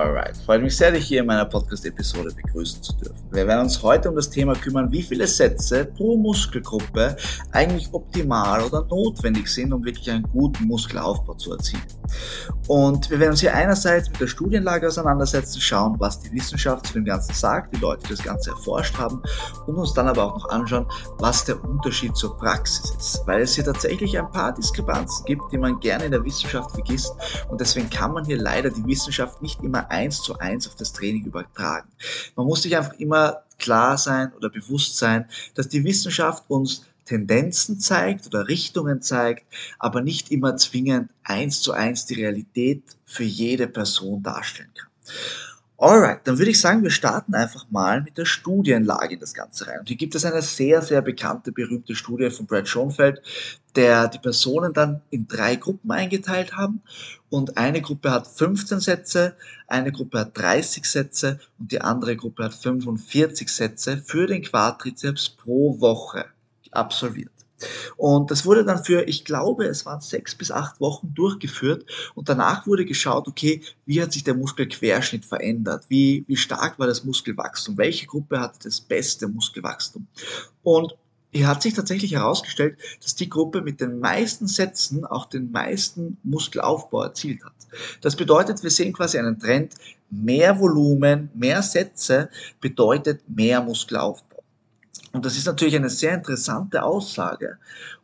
Alright, freut mich sehr, dich hier in meiner Podcast-Episode begrüßen zu dürfen. Wir werden uns heute um das Thema kümmern, wie viele Sätze pro Muskelgruppe eigentlich optimal oder notwendig sind, um wirklich einen guten Muskelaufbau zu erzielen. Und wir werden uns hier einerseits mit der Studienlage auseinandersetzen, schauen, was die Wissenschaft zu dem Ganzen sagt, die Leute, die das Ganze erforscht haben, und uns dann aber auch noch anschauen, was der Unterschied zur Praxis ist. Weil es hier tatsächlich ein paar Diskrepanzen gibt, die man gerne in der Wissenschaft vergisst, und deswegen kann man hier leider die Wissenschaft nicht immer 1:1 auf das Training übertragen. Man muss sich einfach immer klar sein oder bewusst sein, dass die Wissenschaft uns Tendenzen zeigt oder Richtungen zeigt, aber nicht immer zwingend 1:1 die Realität für jede Person darstellen kann. Alright, dann würde ich sagen, wir starten einfach mal mit der Studienlage in das Ganze rein. Und hier gibt es eine sehr, sehr bekannte, berühmte Studie von Brad Schoenfeld, der die Personen dann in 3 Gruppen eingeteilt haben. Und eine Gruppe hat 15 Sätze, eine Gruppe hat 30 Sätze und die andere Gruppe hat 45 Sätze für den Quadrizeps pro Woche absolviert. Und das wurde dann für, ich glaube, es waren 6 bis 8 Wochen durchgeführt, und danach wurde geschaut, okay, wie hat sich der Muskelquerschnitt verändert, wie stark war das Muskelwachstum, welche Gruppe hatte das beste Muskelwachstum. Und hier hat sich tatsächlich herausgestellt, dass die Gruppe mit den meisten Sätzen auch den meisten Muskelaufbau erzielt hat. Das bedeutet, wir sehen quasi einen Trend, mehr Volumen, mehr Sätze bedeutet mehr Muskelaufbau. Und das ist natürlich eine sehr interessante Aussage.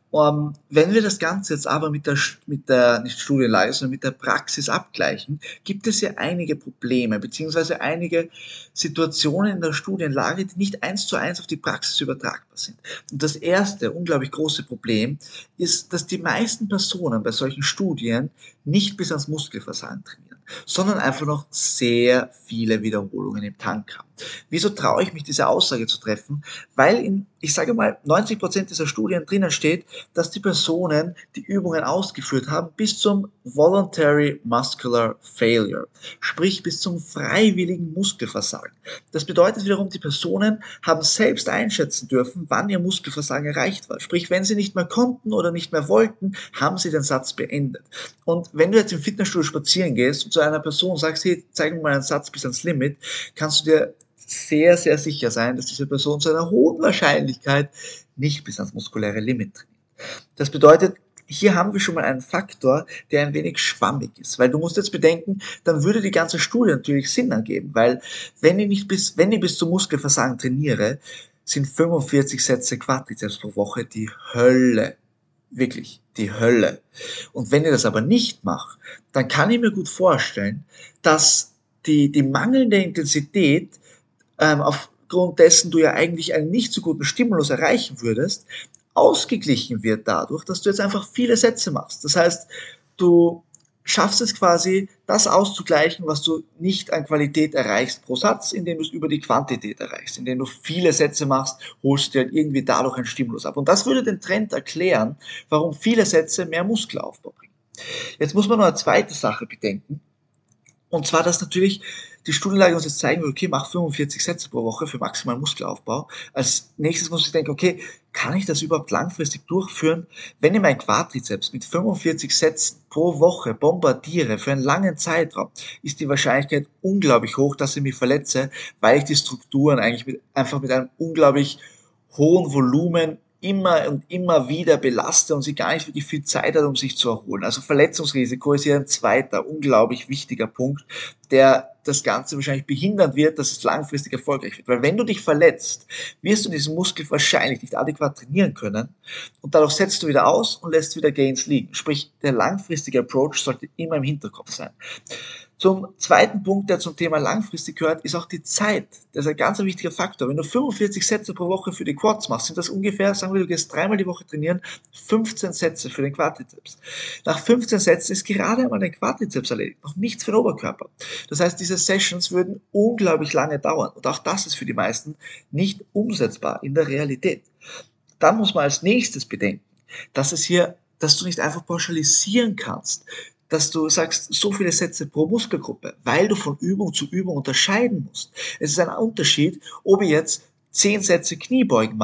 Wenn wir das Ganze jetzt aber mit der nicht Studienlage, sondern mit der Praxis abgleichen, gibt es hier einige Probleme, beziehungsweise einige Situationen in der Studienlage, die nicht 1:1 auf die Praxis übertragbar sind. Und das erste unglaublich große Problem ist, dass die meisten Personen bei solchen Studien nicht bis ans Muskelversagen trainieren, sondern einfach noch sehr viele Wiederholungen im Tank haben. Wieso traue ich mich, diese Aussage zu treffen? Weil ich sage mal, 90% dieser Studien drinnen steht, dass die Personen die Übungen ausgeführt haben bis zum Voluntary Muscular Failure, sprich bis zum freiwilligen Muskelversagen. Das bedeutet wiederum, die Personen haben selbst einschätzen dürfen, wann ihr Muskelversagen erreicht war. Sprich, wenn sie nicht mehr konnten oder nicht mehr wollten, haben sie den Satz beendet. Und wenn du jetzt im Fitnessstudio spazieren gehst und zu einer Person sagst, hey, zeig mir mal einen Satz bis ans Limit, kannst du dir sehr, sehr sicher sein, dass diese Person zu einer hohen Wahrscheinlichkeit nicht bis ans muskuläre Limit trainiert. Das bedeutet, hier haben wir schon mal einen Faktor, der ein wenig schwammig ist, weil du musst jetzt bedenken, dann würde die ganze Studie natürlich Sinn ergeben, weil wenn ich bis zum Muskelversagen trainiere, sind 45 Sätze Quadrizeps pro Woche die Hölle. Wirklich, die Hölle. Und wenn ich das aber nicht mache, dann kann ich mir gut vorstellen, dass die mangelnde Intensität aufgrund dessen du ja eigentlich einen nicht so guten Stimulus erreichen würdest, ausgeglichen wird dadurch, dass du jetzt einfach viele Sätze machst. Das heißt, du schaffst es quasi, das auszugleichen, was du nicht an Qualität erreichst pro Satz, indem du es über die Quantität erreichst. Indem du viele Sätze machst, holst du dir halt irgendwie dadurch einen Stimulus ab. Und das würde den Trend erklären, warum viele Sätze mehr Muskelaufbau bringen. Jetzt muss man noch eine zweite Sache bedenken. Und zwar, dass natürlich die Studienlage uns jetzt zeigen will, okay, mach 45 Sätze pro Woche für maximalen Muskelaufbau. Als nächstes muss ich denken, okay, kann ich das überhaupt langfristig durchführen? Wenn ich meinen Quadrizeps mit 45 Sätzen pro Woche bombardiere für einen langen Zeitraum, ist die Wahrscheinlichkeit unglaublich hoch, dass ich mich verletze, weil ich die Strukturen eigentlich einfach mit einem unglaublich hohen Volumen immer und immer wieder belaste und sie gar nicht wirklich viel Zeit hat, um sich zu erholen. Also Verletzungsrisiko ist hier ein zweiter unglaublich wichtiger Punkt, der das Ganze wahrscheinlich behindern wird, dass es langfristig erfolgreich wird. Weil wenn du dich verletzt, wirst du diesen Muskel wahrscheinlich nicht adäquat trainieren können, und dadurch setzt du wieder aus und lässt wieder Gains liegen. Sprich, der langfristige Approach sollte immer im Hinterkopf sein. Zum zweiten Punkt, der zum Thema langfristig gehört, ist auch die Zeit. Das ist ein ganz wichtiger Faktor. Wenn du 45 Sätze pro Woche für die Quads machst, sind das ungefähr, sagen wir, du gehst 3-mal die Woche trainieren, 15 Sätze für den Quadrizeps. Nach 15 Sätzen ist gerade einmal dein Quadrizeps erledigt, noch nichts für den Oberkörper. Das heißt, diese Sessions würden unglaublich lange dauern, und auch das ist für die meisten nicht umsetzbar in der Realität. Dann muss man als nächstes bedenken, dass du nicht einfach pauschalisieren kannst, dass du sagst, so viele Sätze pro Muskelgruppe, weil du von Übung zu Übung unterscheiden musst. Es ist ein Unterschied, ob ich jetzt 10 Sätze Kniebeugen mache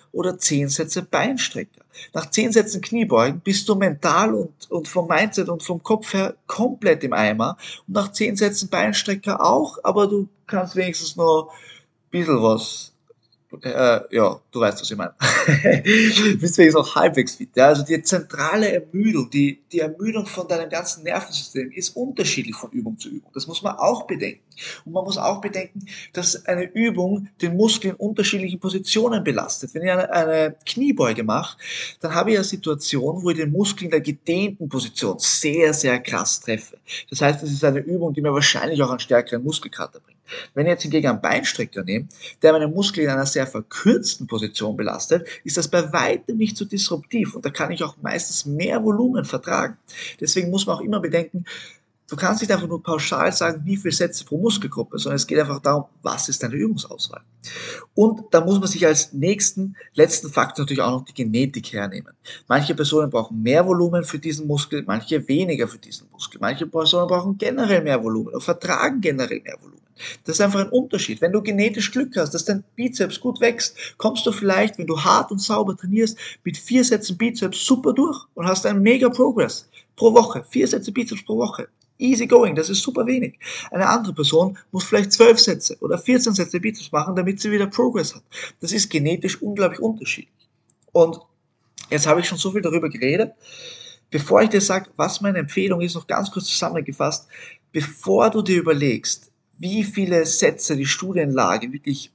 oder 10 Sätze Beinstrecker. Nach 10 Sätzen Kniebeugen bist du mental und vom Mindset und vom Kopf her komplett im Eimer. Und nach 10 Sätzen Beinstrecker auch, aber du kannst wenigstens noch ein bisschen was. Ja, du weißt, was ich meine. Bist wenigstens auch halbwegs fit. Ja? Also die zentrale Ermüdung, die Ermüdung von deinem ganzen Nervensystem ist unterschiedlich von Übung zu Übung. Das muss man auch bedenken. Und man muss auch bedenken, dass eine Übung den Muskel in unterschiedlichen Positionen belastet. Wenn ich eine Kniebeuge mache, dann habe ich eine Situation, wo ich den Muskel in der gedehnten Position sehr, sehr krass treffe. Das heißt, es ist eine Übung, die mir wahrscheinlich auch einen stärkeren Muskelkater bringt. Wenn ich jetzt hingegen einen Beinstrecker nehme, der meine Muskeln in einer sehr verkürzten Position belastet, ist das bei weitem nicht so disruptiv und da kann ich auch meistens mehr Volumen vertragen. Deswegen muss man auch immer bedenken, du kannst nicht einfach nur pauschal sagen, wie viele Sätze pro Muskelgruppe, sondern es geht einfach darum, was ist deine Übungsauswahl. Und da muss man sich als letzten Faktor natürlich auch noch die Genetik hernehmen. Manche Personen brauchen mehr Volumen für diesen Muskel, manche weniger für diesen Muskel. Manche Personen brauchen generell mehr Volumen oder vertragen generell mehr Volumen. Das ist einfach ein Unterschied. Wenn du genetisch Glück hast, dass dein Bizeps gut wächst, kommst du vielleicht, wenn du hart und sauber trainierst, mit 4 Sätzen Bizeps super durch und hast einen mega Progress pro Woche. 4 Sätze Bizeps pro Woche. Easy going, das ist super wenig. Eine andere Person muss vielleicht 12 Sätze oder 14 Sätze Bizeps machen, damit sie wieder Progress hat. Das ist genetisch unglaublich unterschiedlich. Und jetzt habe ich schon so viel darüber geredet. Bevor ich dir sage, was meine Empfehlung ist, noch ganz kurz zusammengefasst, bevor du dir überlegst, wie viele Sätze die Studienlage wirklich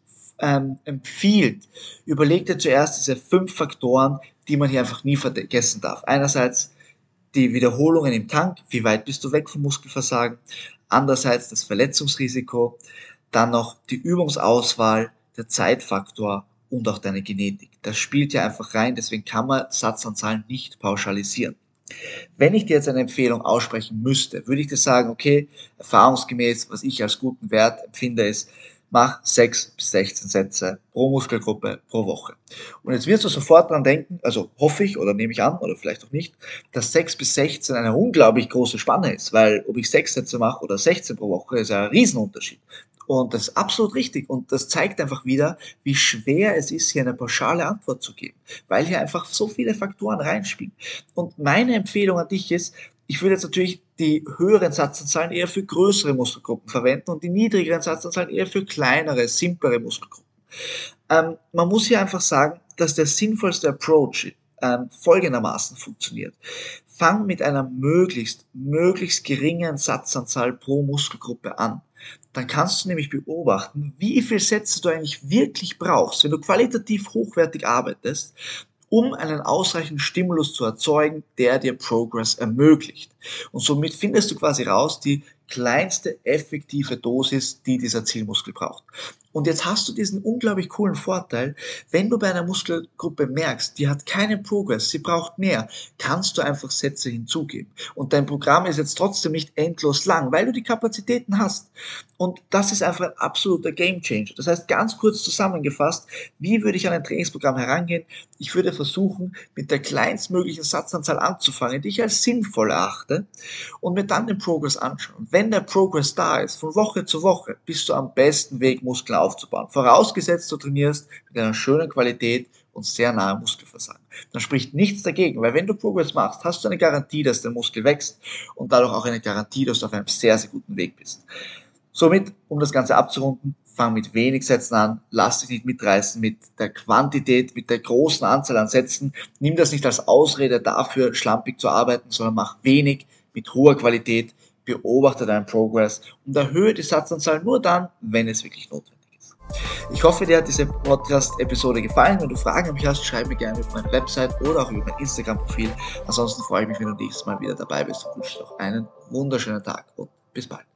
empfiehlt, überleg dir zuerst diese 5 Faktoren, die man hier einfach nie vergessen darf. Einerseits die Wiederholungen im Tank, wie weit bist du weg vom Muskelversagen, andererseits das Verletzungsrisiko, dann noch die Übungsauswahl, der Zeitfaktor und auch deine Genetik. Das spielt ja einfach rein, deswegen kann man Satzanzahlen nicht pauschalisieren. Wenn ich dir jetzt eine Empfehlung aussprechen müsste, würde ich dir sagen, okay, erfahrungsgemäß, was ich als guten Wert empfinde, ist, mach 6 bis 16 Sätze pro Muskelgruppe pro Woche. Und jetzt wirst du sofort dran denken, also hoffe ich oder nehme ich an oder vielleicht auch nicht, dass 6 bis 16 eine unglaublich große Spanne ist, weil ob ich 6 Sätze mache oder 16 pro Woche, ist ja ein Riesenunterschied. Und das ist absolut richtig und das zeigt einfach wieder, wie schwer es ist, hier eine pauschale Antwort zu geben, weil hier einfach so viele Faktoren reinspielen. Und meine Empfehlung an dich ist, ich würde jetzt natürlich die höheren Satzanzahlen eher für größere Muskelgruppen verwenden und die niedrigeren Satzanzahlen eher für kleinere, simplere Muskelgruppen. Man muss hier einfach sagen, dass der sinnvollste Approach folgendermaßen funktioniert. Fang mit einer möglichst geringen Satzanzahl pro Muskelgruppe an. Dann kannst du nämlich beobachten, wie viele Sätze du eigentlich wirklich brauchst, wenn du qualitativ hochwertig arbeitest, um einen ausreichenden Stimulus zu erzeugen, der dir Progress ermöglicht. Und somit findest du quasi raus die kleinste effektive Dosis, die dieser Zielmuskel braucht. Und jetzt hast du diesen unglaublich coolen Vorteil, wenn du bei einer Muskelgruppe merkst, die hat keinen Progress, sie braucht mehr, kannst du einfach Sätze hinzugeben. Und dein Programm ist jetzt trotzdem nicht endlos lang, weil du die Kapazitäten hast. Und das ist einfach ein absoluter Gamechanger. Das heißt, ganz kurz zusammengefasst, wie würde ich an ein Trainingsprogramm herangehen? Ich würde versuchen, mit der kleinstmöglichen Satzanzahl anzufangen, die ich als sinnvoll erachte, und mir dann den Progress anschauen. Und wenn der Progress da ist, von Woche zu Woche, bist du am besten Weg, Muskeln aufzubauen. Vorausgesetzt, du trainierst mit einer schönen Qualität und sehr nahe Muskelversagen. Dann spricht nichts dagegen, weil wenn du Progress machst, hast du eine Garantie, dass der Muskel wächst und dadurch auch eine Garantie, dass du auf einem sehr, sehr guten Weg bist. Somit, um das Ganze abzurunden, fang mit wenig Sätzen an, lass dich nicht mitreißen mit der Quantität, mit der großen Anzahl an Sätzen. Nimm das nicht als Ausrede dafür, schlampig zu arbeiten, sondern mach wenig mit hoher Qualität, beobachte deinen Progress und erhöhe die Satzanzahl nur dann, wenn es wirklich notwendig ist. Ich hoffe, dir hat diese Podcast-Episode gefallen. Wenn du Fragen an mich hast, schreib mir gerne über meine Website oder auch über mein Instagram-Profil. Ansonsten freue ich mich, wenn du nächstes Mal wieder dabei bist und wünsche dir noch einen wunderschönen Tag und bis bald.